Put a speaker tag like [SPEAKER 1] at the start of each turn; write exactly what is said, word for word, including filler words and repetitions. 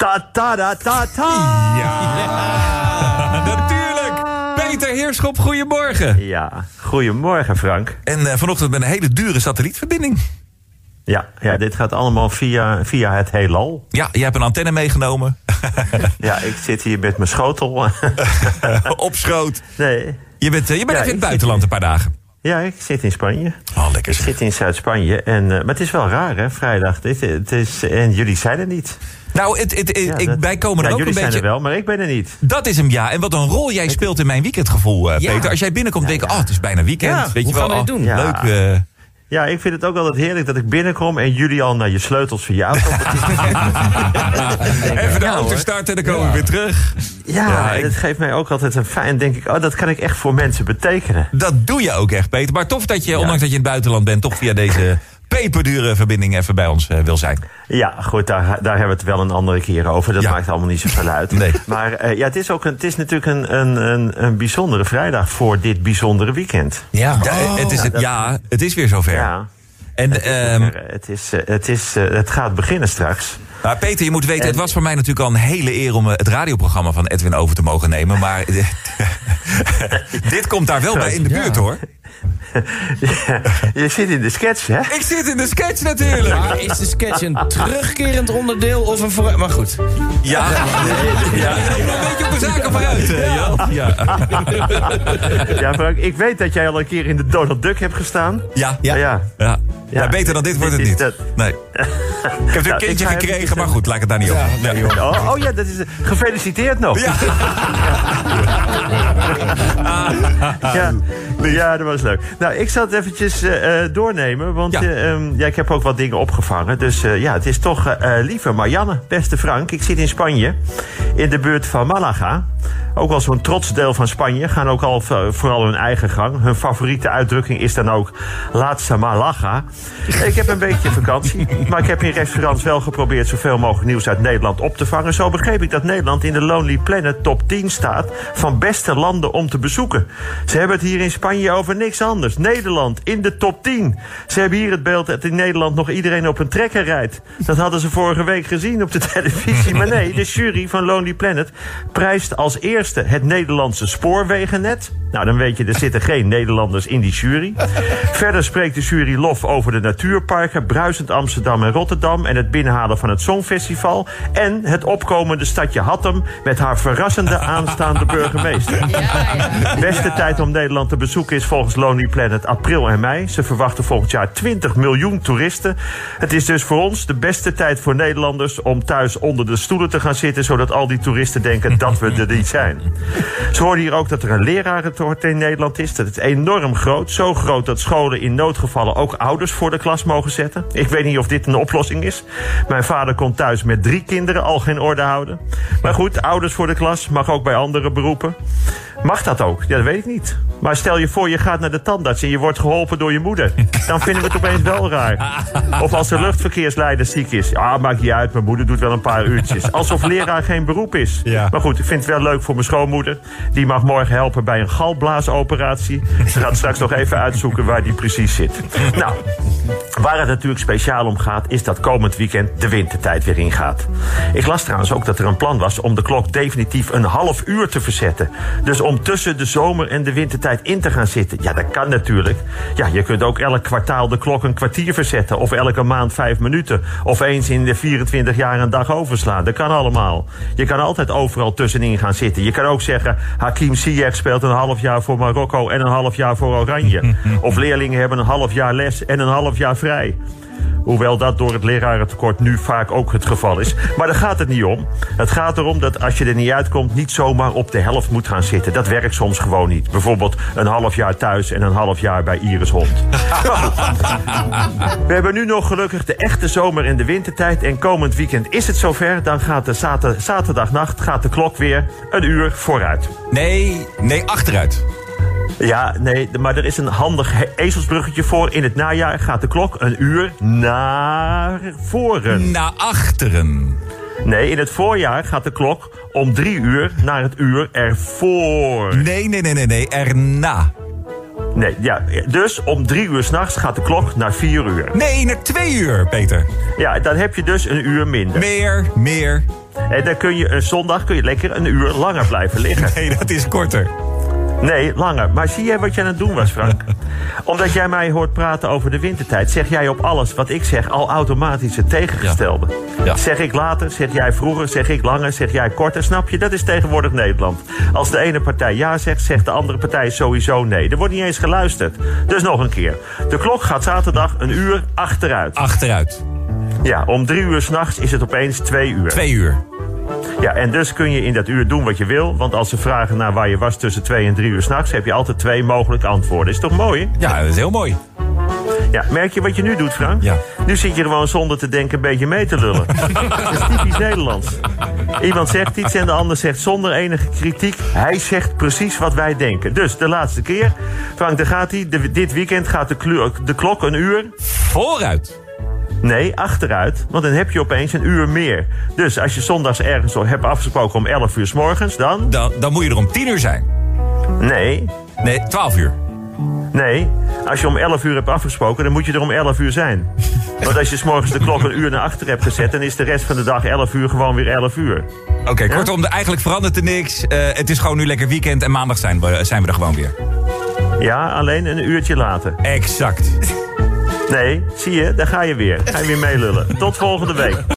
[SPEAKER 1] Ta ta ta ta ta.
[SPEAKER 2] Ja, natuurlijk. Peter Heerschop, goedemorgen.
[SPEAKER 1] Ja, goedemorgen Frank.
[SPEAKER 2] En uh, vanochtend met een hele dure satellietverbinding.
[SPEAKER 1] Ja, ja, dit gaat allemaal via, via het heelal.
[SPEAKER 2] Ja, jij hebt een antenne meegenomen.
[SPEAKER 1] Ja, ik zit hier met mijn schotel.
[SPEAKER 2] Op schoot.
[SPEAKER 1] Nee.
[SPEAKER 2] Je bent, uh, je bent
[SPEAKER 1] Ja,
[SPEAKER 2] even in het
[SPEAKER 1] ik
[SPEAKER 2] buitenland
[SPEAKER 1] zit-
[SPEAKER 2] een paar dagen.
[SPEAKER 1] Ja, ik zit in Spanje.
[SPEAKER 2] Oh, lekker
[SPEAKER 1] Ik
[SPEAKER 2] zeg.
[SPEAKER 1] zit in Zuid-Spanje. En, uh, maar het is wel raar, hè, vrijdag. Dit, het is, en jullie zijn er niet.
[SPEAKER 2] Nou, het, het, het-
[SPEAKER 1] Ja,
[SPEAKER 2] ik,
[SPEAKER 1] dat-
[SPEAKER 2] wij komen er
[SPEAKER 1] ja,
[SPEAKER 2] ook een
[SPEAKER 1] jullie
[SPEAKER 2] beetje...
[SPEAKER 1] zijn er wel, maar ik ben er niet.
[SPEAKER 2] Dat is hem, ja. En wat een rol jij speelt in mijn weekendgevoel, uh,
[SPEAKER 3] Ja.
[SPEAKER 2] Peter. Als jij binnenkomt, denk je, oh, het is bijna weekend.
[SPEAKER 1] Ja,
[SPEAKER 2] Weet
[SPEAKER 3] hoe
[SPEAKER 2] je wel,
[SPEAKER 3] gaan we dit
[SPEAKER 2] oh,
[SPEAKER 3] doen?
[SPEAKER 1] Ja.
[SPEAKER 2] Leuk. uh,
[SPEAKER 1] Ja, ik vind het ook altijd heerlijk dat ik binnenkom en jullie al naar je sleutels van je auto.
[SPEAKER 2] Even de
[SPEAKER 3] Ja,
[SPEAKER 2] auto
[SPEAKER 3] hoor.
[SPEAKER 2] starten en dan komen we weer terug.
[SPEAKER 1] Ja,
[SPEAKER 2] Ja, ik-
[SPEAKER 1] dat geeft mij ook altijd een fijn, denk ik, oh, dat kan ik echt voor mensen betekenen.
[SPEAKER 2] Dat doe je ook echt, Peter. Maar tof dat je,
[SPEAKER 1] Ja.
[SPEAKER 2] ondanks dat je in het buitenland bent, toch via deze peperdure verbinding even bij ons uh, wil zijn.
[SPEAKER 1] Ja, goed, daar, daar hebben we het wel een andere keer over. Dat
[SPEAKER 2] Ja.
[SPEAKER 1] maakt allemaal niet zoveel uit.
[SPEAKER 2] Nee.
[SPEAKER 1] Maar uh, ja, het is, ook een, het is natuurlijk een, een, een, een bijzondere vrijdag voor dit bijzondere weekend.
[SPEAKER 3] Ja.
[SPEAKER 2] Ja, het, is het, ja, het is weer zover.
[SPEAKER 1] Ja,
[SPEAKER 2] En,
[SPEAKER 1] het, is,
[SPEAKER 2] ehm,
[SPEAKER 1] er, het, is, uh, het, is, uh, het gaat beginnen straks.
[SPEAKER 2] maar Peter, je moet weten,
[SPEAKER 1] En-
[SPEAKER 2] het was voor mij natuurlijk al een hele eer om uh, het radioprogramma van Edwin over te mogen nemen. Maar dit komt daar wel bij in de
[SPEAKER 3] Ja.
[SPEAKER 2] buurt, hoor.
[SPEAKER 1] Ja, je zit in de sketch, hè?
[SPEAKER 2] Ik zit in de sketch natuurlijk.
[SPEAKER 3] Maar is de sketch een terugkerend onderdeel of een vooruit... Maar goed.
[SPEAKER 2] Ja, ja. Ik ben een beetje op de zaken vooruit, uh, Jan. Ja.
[SPEAKER 1] Ja, Frank, ik weet dat jij al een keer in de Donald Duck hebt gestaan.
[SPEAKER 2] Ja,
[SPEAKER 3] Ja.
[SPEAKER 1] Ja.
[SPEAKER 2] ja. Ja,
[SPEAKER 1] Ja.
[SPEAKER 2] beter dan dit wordt het
[SPEAKER 1] Dit is
[SPEAKER 2] niet.
[SPEAKER 1] dat-
[SPEAKER 2] Nee. Ik heb
[SPEAKER 1] Ja,
[SPEAKER 2] een kindje
[SPEAKER 1] ik ga
[SPEAKER 2] gekregen,
[SPEAKER 1] eventjes,
[SPEAKER 2] maar
[SPEAKER 1] uh,
[SPEAKER 2] goed, laat ik het daar niet op. Nee.
[SPEAKER 1] Oh, oh ja, dat is gefeliciteerd nog.
[SPEAKER 2] Ja.
[SPEAKER 1] Ja, ja, dat was leuk. Nou, ik zal het eventjes eh, eh, doornemen, want
[SPEAKER 2] Ja.
[SPEAKER 1] eh, ehm, ja, ik heb ook wat dingen opgevangen. Dus eh, ja, het is toch, eh, eh, lieve Marianne, beste Frank. Ik zit in Spanje, in de buurt van Malaga. Ook wel zo'n trots deel van Spanje. Gaan ook al v- vooral hun eigen gang. Hun favoriete uitdrukking is dan ook Laatste Malaga. Ik heb een beetje vakantie, maar ik heb in restaurants wel geprobeerd zoveel mogelijk nieuws uit Nederland op te vangen. Zo begreep ik dat Nederland in de Lonely Planet top tien staat van beste landen om te bezoeken. Ze hebben het hier in Spanje over niks anders. Nederland in de top tien. Ze hebben hier het beeld dat in Nederland nog iedereen op een trekker rijdt. Dat hadden ze vorige week gezien op de televisie. Maar nee, de jury van Lonely Planet prijst als eerste het Nederlandse spoorwegennet. Nou, dan weet je, er zitten geen Nederlanders in die jury. Verder spreekt de jury lof over de natuurparken, bruisend Amsterdam en Rotterdam en het binnenhalen van het Songfestival en het opkomende stadje Hattem met haar verrassende aanstaande burgemeester. Beste tijd om Nederland te bezoeken is volgens Lonely Planet april en mei. Ze verwachten volgend jaar twintig miljoen toeristen. Het is dus voor ons de beste tijd voor Nederlanders om thuis onder de stoelen te gaan zitten, zodat al die toeristen denken dat we er niet zijn. Ze hoorden hier ook dat er een lerarentekort in Nederland is. Dat het enorm groot. Zo groot dat scholen in noodgevallen ook ouders voor de klas mogen zetten. Ik weet niet of dit een oplossing is. Mijn vader kon thuis met drie kinderen al geen orde houden. Maar goed, ouders voor de klas mag ook bij andere beroepen. Mag dat ook? Ja, dat weet ik niet. Maar stel je voor, je gaat naar de tandarts en je wordt geholpen door je moeder. Dan vinden we het opeens wel raar. Of als de luchtverkeersleider ziek is. Ja, maakt niet uit, mijn moeder doet wel een paar uurtjes. Alsof leraar geen beroep is.
[SPEAKER 2] Ja.
[SPEAKER 1] Maar goed, ik vind het wel leuk voor mijn schoonmoeder. Die mag morgen helpen bij een galblaasoperatie. Ze gaat straks nog even uitzoeken waar die precies zit. Nou, waar het natuurlijk speciaal om gaat, is dat komend weekend de wintertijd weer ingaat. Ik las trouwens ook dat er een plan was om de klok definitief een half uur te verzetten. Dus om tussen de zomer en de wintertijd in te gaan zitten. Ja, dat kan natuurlijk. Ja, je kunt ook elk kwartaal de klok een kwartier verzetten. Of elke maand vijf minuten. Of eens in de vierentwintig jaar een dag overslaan. Dat kan allemaal. Je kan altijd overal tussenin gaan zitten. Je kan ook zeggen, Hakim Ziyech speelt een half jaar voor Marokko en een half jaar voor Oranje. Of leerlingen hebben een half jaar les en een half jaar vrij. Hoewel dat door het lerarentekort nu vaak ook het geval is. Maar daar gaat het niet om. Het gaat erom dat als je er niet uitkomt, niet zomaar op de helft moet gaan zitten. Dat werkt soms gewoon niet. Bijvoorbeeld een half jaar thuis en een half jaar bij Iris Hond. We hebben nu nog gelukkig de echte zomer- en de wintertijd. En komend weekend is het zover. Dan gaat de zater- zaterdagnacht gaat de klok weer een uur vooruit.
[SPEAKER 2] Nee, nee, achteruit.
[SPEAKER 1] Ja, nee, maar er is een handig he- ezelsbruggetje voor. In het najaar gaat de klok een uur naar voren.
[SPEAKER 2] Naar achteren.
[SPEAKER 1] Nee, in het voorjaar gaat de klok om drie uur naar het uur ervoor.
[SPEAKER 2] Nee, nee, nee, nee, nee, erna.
[SPEAKER 1] Nee, ja, dus om drie uur s'nachts gaat de klok naar vier uur.
[SPEAKER 2] Nee, naar twee uur, Peter.
[SPEAKER 1] Ja, dan heb je dus een uur minder.
[SPEAKER 2] Meer, meer.
[SPEAKER 1] En dan kun je een zondag kun je lekker een uur langer blijven liggen.
[SPEAKER 2] Nee, dat is korter.
[SPEAKER 1] Nee, langer. Maar zie jij wat jij aan het doen was, Frank? Omdat jij mij hoort praten over de wintertijd, zeg jij op alles wat ik zeg al automatisch het tegengestelde.
[SPEAKER 2] Ja. Ja.
[SPEAKER 1] Zeg ik later, zeg jij vroeger, zeg ik langer, zeg jij korter. Snap je? Dat is tegenwoordig Nederland. Als de ene partij ja zegt, zegt de andere partij sowieso nee. Er wordt niet eens geluisterd. Dus nog een keer. De klok gaat zaterdag een uur achteruit.
[SPEAKER 2] Achteruit.
[SPEAKER 1] Ja, om drie uur s'nachts is het opeens twee uur.
[SPEAKER 2] Twee uur.
[SPEAKER 1] Ja, en dus kun je in dat uur doen wat je wil. Want als ze vragen naar waar je was tussen twee en drie uur s'nachts, heb je altijd twee mogelijke antwoorden. Is toch mooi, hè?
[SPEAKER 2] Ja, dat is heel mooi.
[SPEAKER 1] Ja, merk je wat je nu doet, Frank?
[SPEAKER 2] Ja.
[SPEAKER 1] Nu zit je gewoon zonder te denken een beetje mee te lullen. Dat is typisch Nederlands. Iemand zegt iets en de ander zegt zonder enige kritiek. Hij zegt precies wat wij denken. Dus de laatste keer, Frank, daar gaat hij. De, dit weekend gaat de, klu- de klok een uur...
[SPEAKER 2] Vooruit.
[SPEAKER 1] Nee, achteruit, want dan heb je opeens een uur meer. Dus als je zondags ergens hebt afgesproken om elf uur 's morgens, dan...
[SPEAKER 2] Dan, dan moet je er om tien uur zijn.
[SPEAKER 1] Nee,
[SPEAKER 2] Nee, twaalf uur.
[SPEAKER 1] nee. Als je om elf uur hebt afgesproken, dan moet je er om elf uur zijn. Want als je 's morgens de klok een uur naar achter hebt gezet, dan is de rest van de dag elf uur gewoon weer elf uur.
[SPEAKER 2] Oké, okay, kortom, eigenlijk verandert er niks. Uh, het is gewoon nu lekker weekend en maandag zijn we, zijn we er gewoon weer.
[SPEAKER 1] Ja, alleen een uurtje later.
[SPEAKER 2] Exact.
[SPEAKER 1] Nee, zie je, daar ga je weer. Ga je weer meelullen. Tot volgende week.